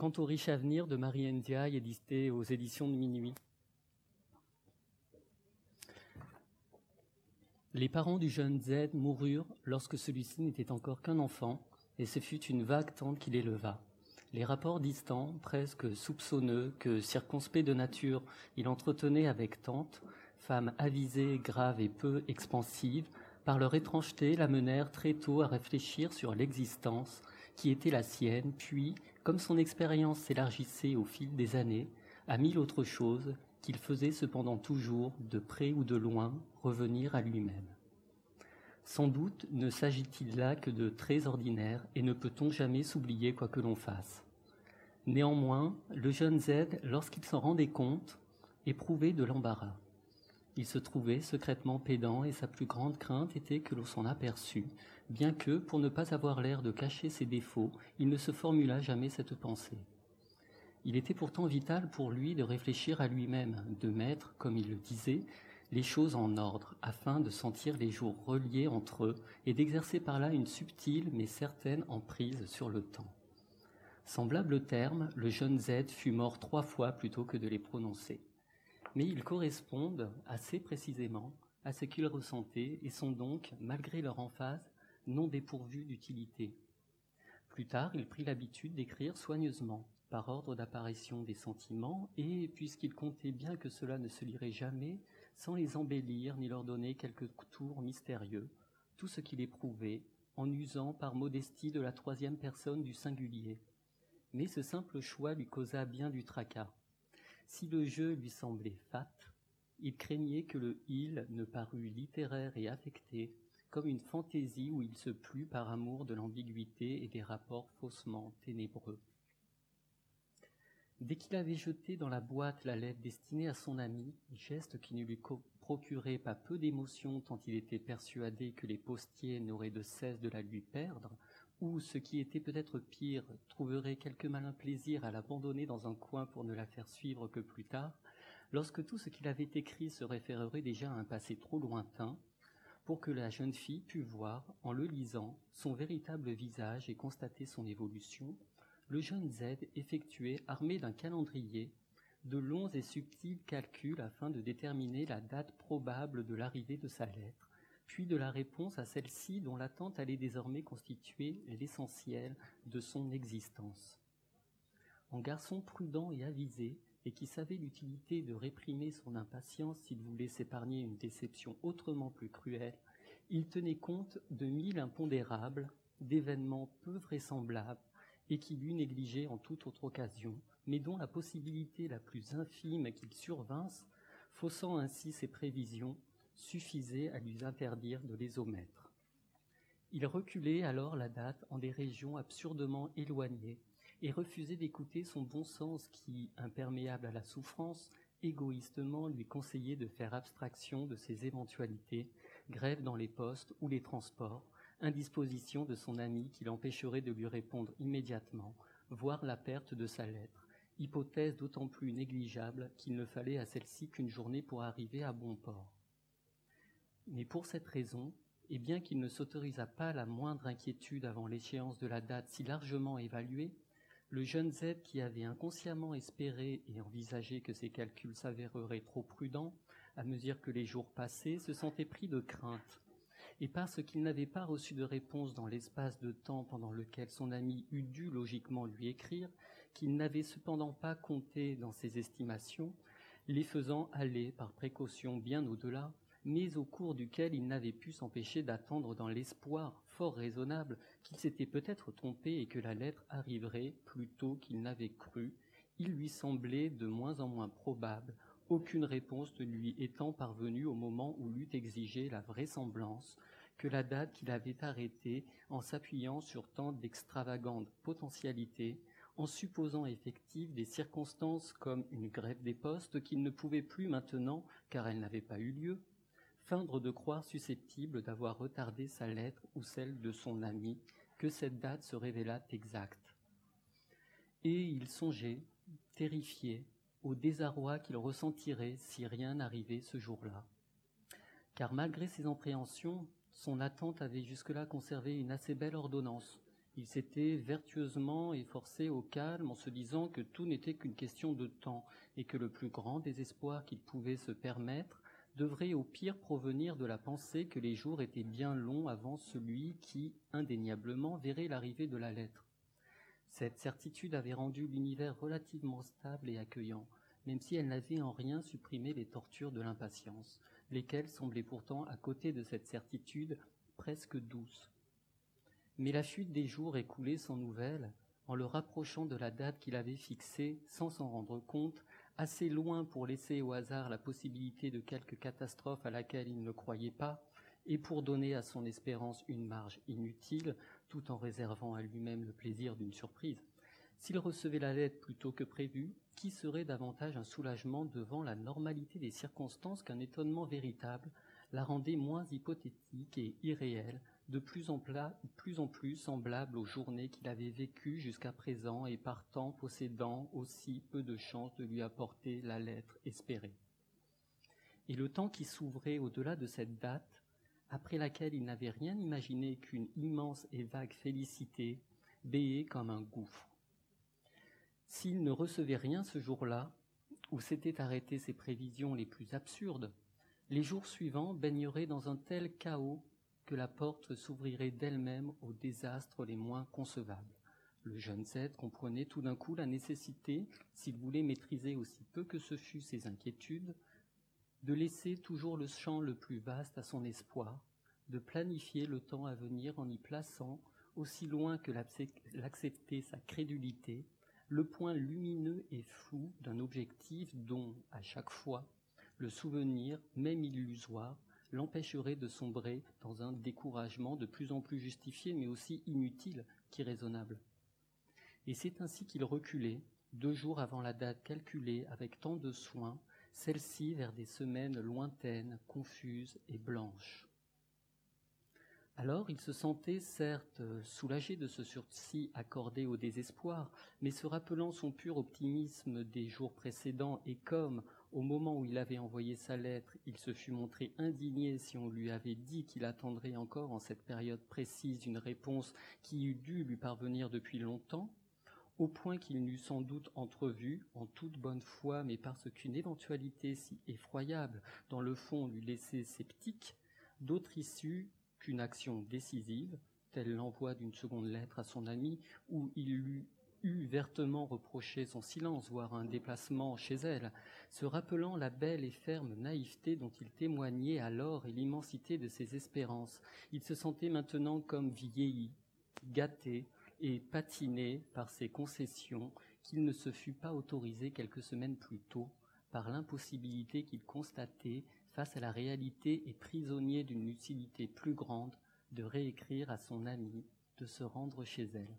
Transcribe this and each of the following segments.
Quant au riche avenir de Marie Ndiaye, édité aux éditions de Minuit. Les parents du jeune Z moururent lorsque celui-ci n'était encore qu'un enfant, et ce fut une vague tante qui l'éleva. Les rapports distants, presque soupçonneux, que circonspect de nature, il entretenait avec tante, femme avisée, grave et peu expansive, par leur étrangeté, l'amenèrent très tôt à réfléchir sur l'existence qui était la sienne, puis, comme son expérience s'élargissait au fil des années, à mille autres choses qu'il faisait cependant toujours, de près ou de loin, revenir à lui-même. Sans doute ne s'agit-il là que de traits ordinaires et ne peut-on jamais s'oublier quoi que l'on fasse. Néanmoins, le jeune Z, lorsqu'il s'en rendait compte, éprouvait de l'embarras. Il se trouvait secrètement pédant et sa plus grande crainte était que l'on s'en aperçût, bien que, pour ne pas avoir l'air de cacher ses défauts, il ne se formulât jamais cette pensée. Il était pourtant vital pour lui de réfléchir à lui-même, de mettre, comme il le disait, les choses en ordre, afin de sentir les jours reliés entre eux et d'exercer par là une subtile mais certaine emprise sur le temps. Semblable terme, le jeune Z fut mort 3 fois plutôt que de les prononcer. Mais ils correspondent assez précisément à ce qu'il ressentait et sont donc, malgré leur emphase, non dépourvus d'utilité. Plus tard, il prit l'habitude d'écrire soigneusement, par ordre d'apparition des sentiments, et, puisqu'il comptait bien que cela ne se lirait jamais, sans les embellir ni leur donner quelque tour mystérieux, tout ce qu'il éprouvait, en usant par modestie de la 3e personne du singulier. Mais ce simple choix lui causa bien du tracas. Si le jeu lui semblait fat, il craignait que le « il » ne parût littéraire et affecté, comme une fantaisie où il se plut par amour de l'ambiguïté et des rapports faussement ténébreux. Dès qu'il avait jeté dans la boîte la lettre destinée à son ami, geste qui ne lui procurait pas peu d'émotion tant il était persuadé que les postiers n'auraient de cesse de la lui perdre, ou, ce qui était peut-être pire, trouverait quelque malin plaisir à l'abandonner dans un coin pour ne la faire suivre que plus tard, lorsque tout ce qu'il avait écrit se référerait déjà à un passé trop lointain, pour que la jeune fille pût voir, en le lisant, son véritable visage et constater son évolution, le jeune Z effectuait, armé d'un calendrier, de longs et subtils calculs afin de déterminer la date probable de l'arrivée de sa lettre, puis de la réponse à celle-ci dont l'attente allait désormais constituer l'essentiel de son existence. En garçon prudent et avisé, et qui savait l'utilité de réprimer son impatience s'il voulait s'épargner une déception autrement plus cruelle, il tenait compte de 1000 impondérables, d'événements peu vraisemblables, et qu'il eût négligés en toute autre occasion, mais dont la possibilité la plus infime qu'ils survinssent, faussant ainsi ses prévisions, suffisait à lui interdire de les omettre. Il reculait alors la date en des régions absurdement éloignées et refusait d'écouter son bon sens qui, imperméable à la souffrance, égoïstement lui conseillait de faire abstraction de ces éventualités, grève dans les postes ou les transports, indisposition de son ami qui l'empêcherait de lui répondre immédiatement, voire la perte de sa lettre, hypothèse d'autant plus négligeable qu'il ne fallait à celle-ci qu'une journée pour arriver à bon port. Mais pour cette raison, et bien qu'il ne s'autorisât pas la moindre inquiétude avant l'échéance de la date si largement évaluée, le jeune Z, qui avait inconsciemment espéré et envisagé que ses calculs s'avéreraient trop prudents à mesure que les jours passaient, se sentait pris de crainte. Et parce qu'il n'avait pas reçu de réponse dans l'espace de temps pendant lequel son ami eût dû logiquement lui écrire, qu'il n'avait cependant pas compté dans ses estimations, les faisant aller par précaution bien au-delà, mais au cours duquel il n'avait pu s'empêcher d'attendre dans l'espoir fort raisonnable qu'il s'était peut-être trompé et que la lettre arriverait plus tôt qu'il n'avait cru, il lui semblait de moins en moins probable, aucune réponse ne lui étant parvenue au moment où l'eût exigé la vraisemblance que la date qu'il avait arrêtée en s'appuyant sur tant d'extravagantes potentialités, en supposant effectives des circonstances comme une grève des postes qu'il ne pouvait plus maintenant, car elle n'avait pas eu lieu, feindre de croire susceptible d'avoir retardé sa lettre ou celle de son ami, que cette date se révélât exacte. Et il songeait, terrifié, au désarroi qu'il ressentirait si rien n'arrivait ce jour-là. Car malgré ses appréhensions, son attente avait jusque-là conservé une assez belle ordonnance, Il s'était vertueusement efforcé au calme en se disant que tout n'était qu'une question de temps et que le plus grand désespoir qu'il pouvait se permettre devrait au pire provenir de la pensée que les jours étaient bien longs avant celui qui, indéniablement, verrait l'arrivée de la lettre. Cette certitude avait rendu l'univers relativement stable et accueillant, même si elle n'avait en rien supprimé les tortures de l'impatience, lesquelles semblaient pourtant, à côté de cette certitude, presque douces. Mais la fuite des jours écoulés sans nouvelles, en le rapprochant de la date qu'il avait fixée, sans s'en rendre compte, assez loin pour laisser au hasard la possibilité de quelque catastrophe à laquelle il ne croyait pas, et pour donner à son espérance une marge inutile, tout en réservant à lui-même le plaisir d'une surprise. S'il recevait la lettre plus tôt que prévu, qui serait davantage un soulagement devant la normalité des circonstances qu'un étonnement véritable la rendait moins hypothétique et irréelle, de plus en plus semblable aux journées qu'il avait vécues jusqu'à présent et partant possédant aussi peu de chances de lui apporter la lettre espérée. Et le temps qui s'ouvrait au-delà de cette date, après laquelle il n'avait rien imaginé qu'une immense et vague félicité, béait comme un gouffre. S'il ne recevait rien ce jour-là, où s'étaient arrêtées ses prévisions les plus absurdes, les jours suivants baigneraient dans un tel chaos que la porte s'ouvrirait d'elle-même aux désastres les moins concevables. Le jeune Z comprenait tout d'un coup la nécessité, s'il voulait maîtriser aussi peu que ce fût ses inquiétudes, de laisser toujours le champ le plus vaste à son espoir, de planifier le temps à venir en y plaçant, aussi loin que l'acceptait sa crédulité, le point lumineux et flou d'un objectif dont, à chaque fois, le souvenir, même illusoire, l'empêcherait de sombrer dans un découragement de plus en plus justifié, mais aussi inutile qu'irraisonnable. Et c'est ainsi qu'il reculait, 2 jours avant la date calculée avec tant de soin, celle-ci vers des semaines lointaines, confuses et blanches. Alors il se sentait certes soulagé de ce sursis accordé au désespoir, mais se rappelant son pur optimisme des jours précédents et comme, au moment où il avait envoyé sa lettre, il se fût montré indigné si on lui avait dit qu'il attendrait encore en cette période précise une réponse qui eût dû lui parvenir depuis longtemps, au point qu'il n'eût sans doute entrevu, en toute bonne foi, mais parce qu'une éventualité si effroyable, dans le fond, lui laissait sceptique, d'autre issue qu'une action décisive, telle l'envoi d'une seconde lettre à son ami, où il lui eût vertement reproché son silence, voire un déplacement chez elle, se rappelant la belle et ferme naïveté dont il témoignait alors et l'immensité de ses espérances. Il se sentait maintenant comme vieilli, gâté, et patiné par ces concessions qu'il ne se fût pas autorisé quelques semaines plus tôt, par l'impossibilité qu'il constatait, face à la réalité et prisonnier d'une lucidité plus grande, de réécrire à son amie, de se rendre chez elle.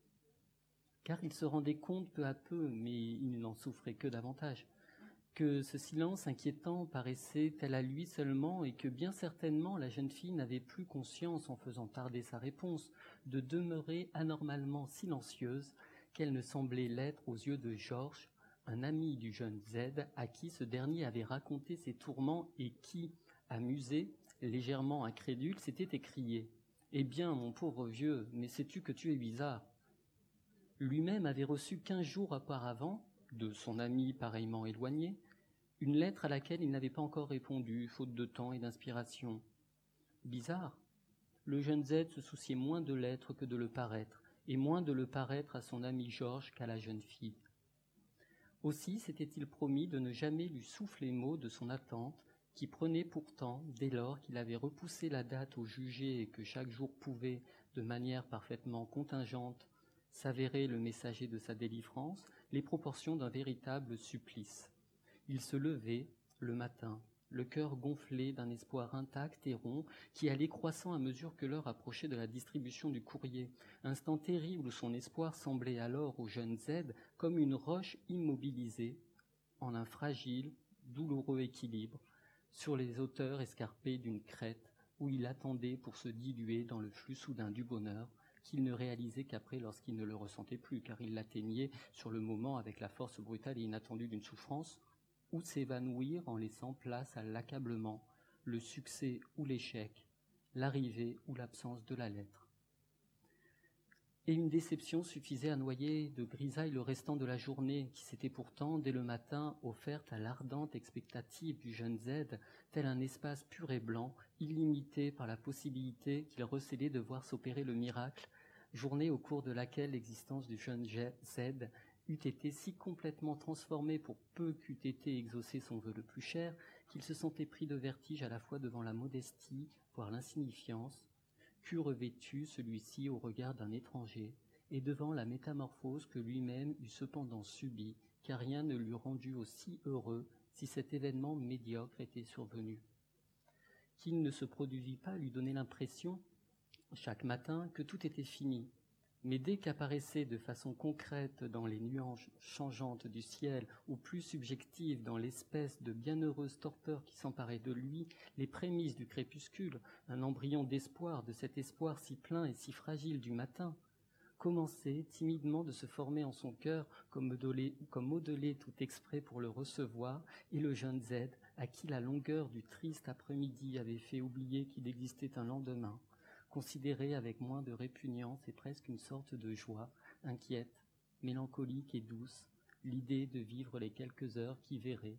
Car il se rendait compte peu à peu, mais il n'en souffrait que davantage, que ce silence inquiétant paraissait tel à lui seulement et que bien certainement la jeune fille n'avait plus conscience, en faisant tarder sa réponse, de demeurer anormalement silencieuse, qu'elle ne semblait l'être aux yeux de Georges, un ami du jeune Z, à qui ce dernier avait raconté ses tourments et qui, amusé, légèrement incrédule, s'était écrié « Eh bien, mon pauvre vieux, mais sais-tu que tu es bizarre ?» Lui-même avait reçu 15 jours auparavant, de son ami pareillement éloigné, une lettre à laquelle il n'avait pas encore répondu, faute de temps et d'inspiration. Bizarre. Le jeune Z se souciait moins de l'être que de le paraître, et moins de le paraître à son ami Georges qu'à la jeune fille. Aussi s'était-il promis de ne jamais lui souffler mot de son attente, qui prenait pourtant, dès lors qu'il avait repoussé la date au jugé et que chaque jour pouvait, de manière parfaitement contingente, s'avérer le messager de sa délivrance, les proportions d'un véritable supplice. Il se levait, le matin, le cœur gonflé d'un espoir intact et rond qui allait croissant à mesure que l'heure approchait de la distribution du courrier. Instant terrible où son espoir semblait alors au jeune Z comme une roche immobilisée en un fragile, douloureux équilibre sur les hauteurs escarpées d'une crête où il attendait pour se diluer dans le flux soudain du bonheur qu'il ne réalisait qu'après lorsqu'il ne le ressentait plus, car il l'atteignait sur le moment avec la force brutale et inattendue d'une souffrance, ou s'évanouir en laissant place à l'accablement, le succès ou l'échec, l'arrivée ou l'absence de la lettre. Et une déception suffisait à noyer de grisaille le restant de la journée, qui s'était pourtant, dès le matin, offerte à l'ardente expectative du jeune Z, tel un espace pur et blanc, illimité par la possibilité qu'il recélait de voir s'opérer le miracle, journée au cours de laquelle l'existence du jeune Z eût été si complètement transformée pour peu qu'eût été exaucé son vœu le plus cher, qu'il se sentait pris de vertige à la fois devant la modestie, voire l'insignifiance, qu'eût revêtu celui-ci au regard d'un étranger, et devant la métamorphose que lui-même eût cependant subie, car rien ne l'eût rendu aussi heureux si cet événement médiocre était survenu. Qu'il ne se produisit pas lui donnait l'impression, chaque matin, que tout était fini. Mais dès qu'apparaissait de façon concrète dans les nuances changeantes du ciel, ou plus subjectives dans l'espèce de bienheureuse torpeur qui s'emparait de lui, les prémices du crépuscule, un embryon d'espoir, de cet espoir si plein et si fragile du matin, commençait timidement de se former en son cœur comme modelé tout exprès pour le recevoir, et le jeune Z, à qui la longueur du triste après-midi avait fait oublier qu'il existait un lendemain, considérait avec moins de répugnance et presque une sorte de joie, inquiète, mélancolique et douce, l'idée de vivre les quelques heures qui verraient,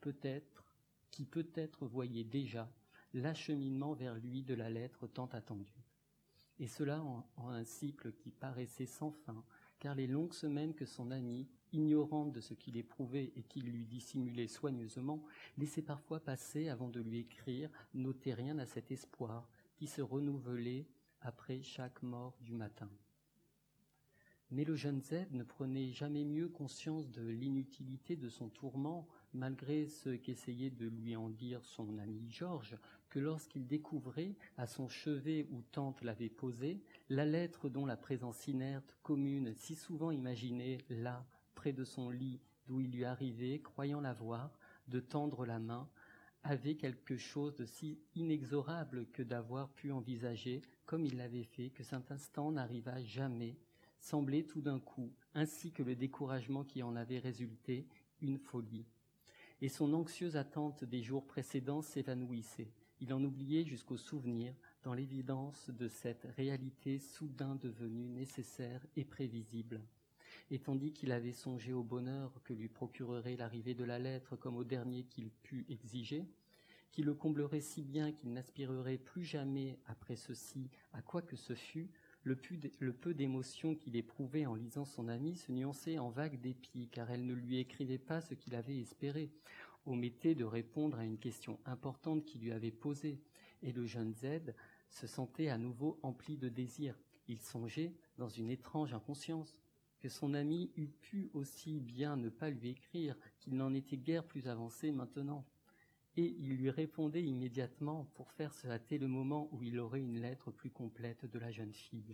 qui peut-être voyait déjà, l'acheminement vers lui de la lettre tant attendue. Et cela en un cycle qui paraissait sans fin, car les longues semaines que son amie, ignorante de ce qu'il éprouvait et qu'il lui dissimulait soigneusement, laissait parfois passer avant de lui écrire, n'ôtaient rien à cet espoir qui se renouvelait après chaque mort du matin. Mais le jeune Z ne prenait jamais mieux conscience de l'inutilité de son tourment, malgré ce qu'essayait de lui en dire son ami Georges, que lorsqu'il découvrait, à son chevet où tante l'avait posé, la lettre dont la présence inerte, commune, si souvent imaginée, là, près de son lit, d'où il lui arrivait, croyant la voir, de tendre la main, avait quelque chose de si inexorable que d'avoir pu envisager, comme il l'avait fait, que cet instant n'arriva jamais, semblait tout d'un coup, ainsi que le découragement qui en avait résulté, une folie. Et son anxieuse attente des jours précédents s'évanouissait. Il en oubliait jusqu'au souvenir, dans l'évidence de cette réalité soudain devenue nécessaire et prévisible. Et tandis qu'il avait songé au bonheur que lui procurerait l'arrivée de la lettre comme au dernier qu'il pût exiger, qui le comblerait si bien qu'il n'aspirerait plus jamais après ceci à quoi que ce fût, le peu d'émotion qu'il éprouvait en lisant son ami se nuançait en vagues dépit, car elle ne lui écrivait pas ce qu'il avait espéré, omettait de répondre à une question importante qu'il lui avait posée, et le jeune Z se sentait à nouveau empli de désir. Il songeait, dans une étrange inconscience, que son ami eût pu aussi bien ne pas lui écrire, qu'il n'en était guère plus avancé maintenant. Et il lui répondait immédiatement pour faire se hâter le moment où il aurait une lettre plus complète de la jeune fille.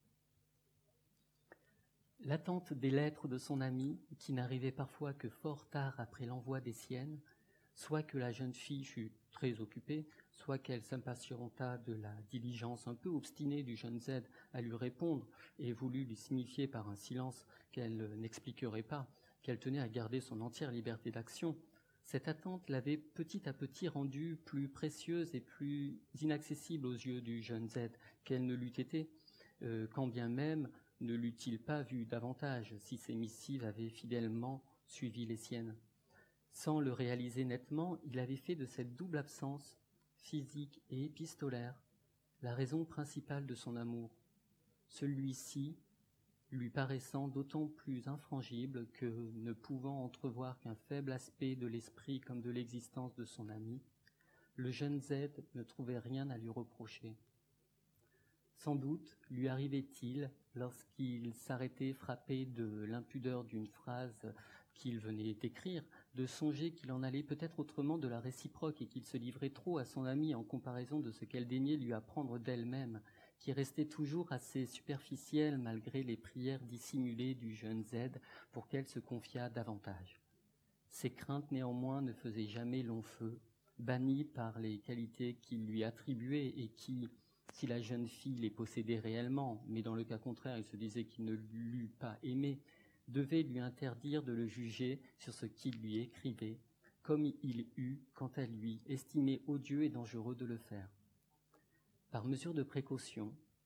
L'attente des lettres de son ami, qui n'arrivait parfois que fort tard après l'envoi des siennes, soit que la jeune fille fût très occupée, soit qu'elle s'impatientât de la diligence un peu obstinée du jeune Z à lui répondre et voulut lui signifier par un silence qu'elle n'expliquerait pas, qu'elle tenait à garder son entière liberté d'action, cette attente l'avait petit à petit rendue plus précieuse et plus inaccessible aux yeux du jeune Z qu'elle ne l'eût été, quand bien même ne l'eût-il pas vu davantage si ses missives avaient fidèlement suivi les siennes. Sans le réaliser nettement, il avait fait de cette double absence, physique et épistolaire, la raison principale de son amour. Celui-ci lui paraissant d'autant plus infrangible que, ne pouvant entrevoir qu'un faible aspect de l'esprit comme de l'existence de son ami, le jeune Z ne trouvait rien à lui reprocher. Sans doute lui arrivait-il, lorsqu'il s'arrêtait frappé de l'impudeur d'une phrase qu'il venait d'écrire, de songer qu'il en allait peut-être autrement de la réciproque et qu'il se livrait trop à son amie en comparaison de ce qu'elle daignait lui apprendre d'elle-même, qui restait toujours assez superficielle malgré les prières dissimulées du jeune Z pour qu'elle se confiât davantage. Ses craintes néanmoins ne faisaient jamais long feu, bannies par les qualités qu'il lui attribuait et qui, si la jeune fille les possédait réellement, mais dans le cas contraire il se disait qu'il ne l'eût pas aimé, devaient lui interdire de le juger sur ce qu'il lui écrivait, comme il eût, quant à lui, estimé odieux et dangereux de le faire. Par mesure de précaution,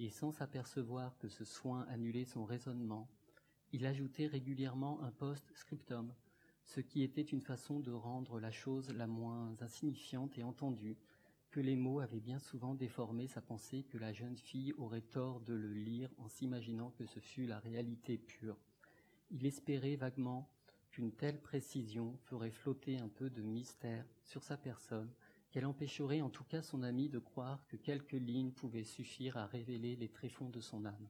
et sans s'apercevoir que ce soin annulait son raisonnement, il ajoutait régulièrement un post-scriptum, ce qui était une façon de rendre la chose la moins insignifiante et entendue, que les mots avaient bien souvent déformé sa pensée, que la jeune fille aurait tort de le lire en s'imaginant que ce fût la réalité pure. Il espérait vaguement qu'une telle précision ferait flotter un peu de mystère sur sa personne, qu'elle empêcherait en tout cas son ami de croire que quelques lignes pouvaient suffire à révéler les tréfonds de son âme.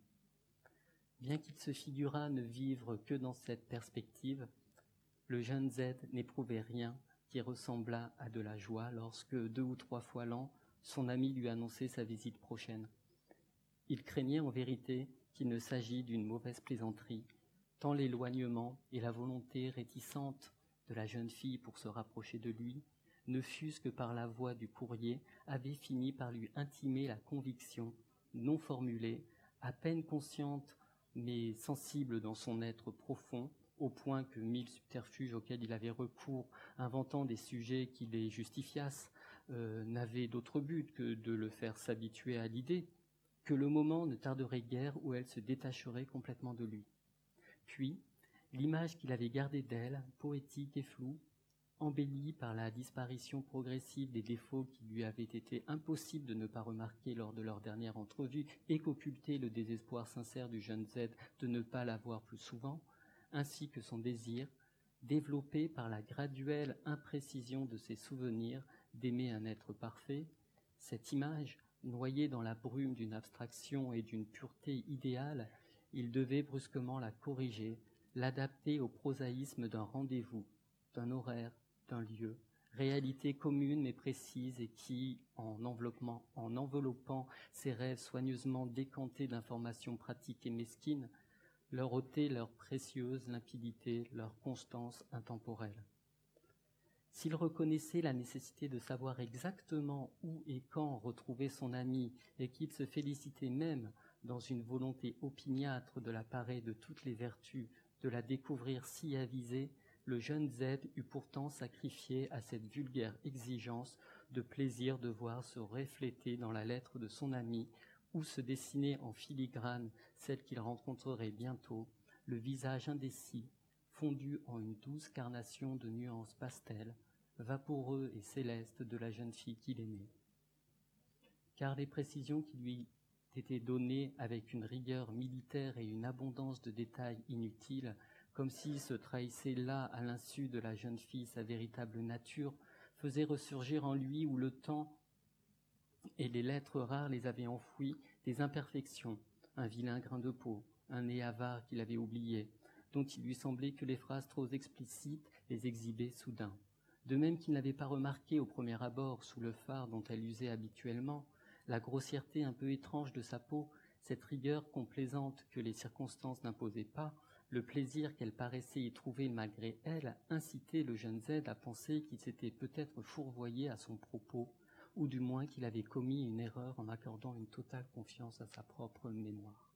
Bien qu'il se figurât ne vivre que dans cette perspective, le jeune Z n'éprouvait rien qui ressemblât à de la joie lorsque, 2 ou 3 fois l'an, son ami lui annonçait sa visite prochaine. Il craignait en vérité qu'il ne s'agît d'une mauvaise plaisanterie, tant l'éloignement et la volonté réticente de la jeune fille pour se rapprocher de lui, ne fût-ce que par la voie du courrier, avaient fini par lui intimer la conviction, non formulée, à peine consciente mais sensible dans son être profond, au point que 1000 subterfuges auxquels il avait recours, inventant des sujets qui les justifiassent, n'avaient d'autre but que de le faire s'habituer à l'idée, que le moment ne tarderait guère où elle se détacherait complètement de lui. Puis, l'image qu'il avait gardée d'elle, poétique et floue, embellie par la disparition progressive des défauts qui lui avaient été impossible de ne pas remarquer lors de leur dernière entrevue et qu'occultait le désespoir sincère du jeune Z de ne pas la voir plus souvent, ainsi que son désir, développé par la graduelle imprécision de ses souvenirs d'aimer un être parfait, cette image, noyée dans la brume d'une abstraction et d'une pureté idéale, il devait brusquement la corriger, l'adapter au prosaïsme d'un rendez-vous, d'un horaire, d'un lieu, réalité commune mais précise et qui, en enveloppant ses rêves soigneusement décantés d'informations pratiques et mesquines, leur ôtait leur précieuse limpidité, leur constance intemporelle. S'il reconnaissait la nécessité de savoir exactement où et quand retrouver son ami et qu'il se félicitait même, dans une volonté opiniâtre de la parer de toutes les vertus, de la découvrir si avisée, le jeune Z eut pourtant sacrifié à cette vulgaire exigence de plaisir de voir se refléter dans la lettre de son ami, où se dessinait en filigrane celle qu'il rencontrerait bientôt, le visage indécis, fondu en une douce carnation de nuances pastel, vaporeux et céleste de la jeune fille qu'il aimait. Car les précisions qui lui étaient données avec une rigueur militaire et une abondance de détails inutiles, comme s'il se trahissait là, à l'insu de la jeune fille, sa véritable nature, faisaient ressurgir en lui, où le temps et les lettres rares les avaient enfouies, des imperfections, un vilain grain de peau, un nez avare qu'il avait oublié, dont il lui semblait que les phrases trop explicites les exhibaient soudain. De même qu'il n'avait pas remarqué au premier abord, sous le phare dont elle usait habituellement, la grossièreté un peu étrange de sa peau, cette rigueur complaisante que les circonstances n'imposaient pas, le plaisir qu'elle paraissait y trouver malgré elle, incitait le jeune Z à penser qu'il s'était peut-être fourvoyé à son propos, ou du moins qu'il avait commis une erreur en accordant une totale confiance à sa propre mémoire.